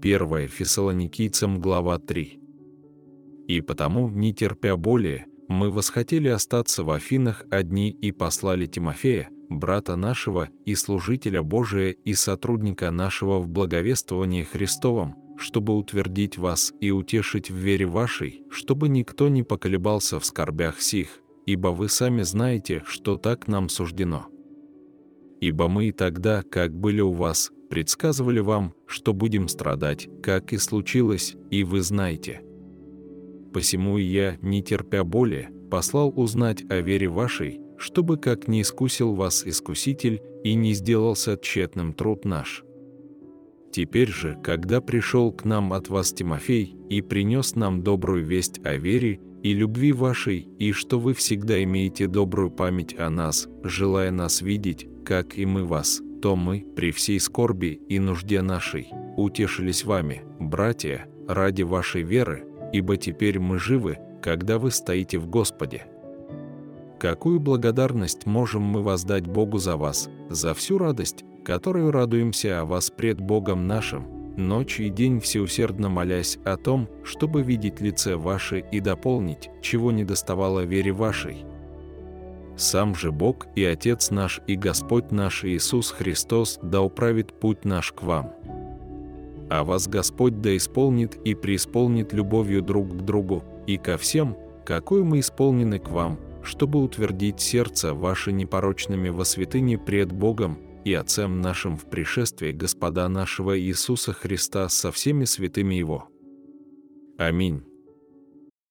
1 Фессалоникийцам, глава 3. «И потому, не терпя более, мы восхотели остаться в Афинах одни и послали Тимофея, брата нашего и служителя Божия и сотрудника нашего в благовествовании Христовом, чтобы утвердить вас и утешить в вере вашей, чтобы никто не поколебался в скорбях сих, ибо вы сами знаете, что так нам суждено. Ибо мы и тогда, как были у вас, предсказывали вам, что будем страдать, как и случилось, и вы знаете. Посему и я, не терпя более, послал узнать о вере вашей, чтобы как не искусил вас искуситель и не сделался тщетным труд наш. Теперь же, когда пришел к нам от вас Тимофей и принес нам добрую весть о вере и любви вашей, и что вы всегда имеете добрую память о нас, желая нас видеть, как и мы вас, то мы, при всей скорби и нужде нашей, утешились вами, братья, ради вашей веры, ибо теперь мы живы, когда вы стоите в Господе. Какую благодарность можем мы воздать Богу за вас, за всю радость, которую радуемся о вас пред Богом нашим, ночь и день всеусердно молясь о том, чтобы видеть лице ваше и дополнить, чего недоставало вере вашей. Сам же Бог и Отец наш и Господь наш Иисус Христос да управит путь наш к вам. А вас Господь да исполнит и преисполнит любовью друг к другу и ко всем, какой мы исполнены к вам, чтобы утвердить сердце ваше непорочными во святыне пред Богом и Отцем нашим в пришествии Господа нашего Иисуса Христа со всеми святыми Его. Аминь.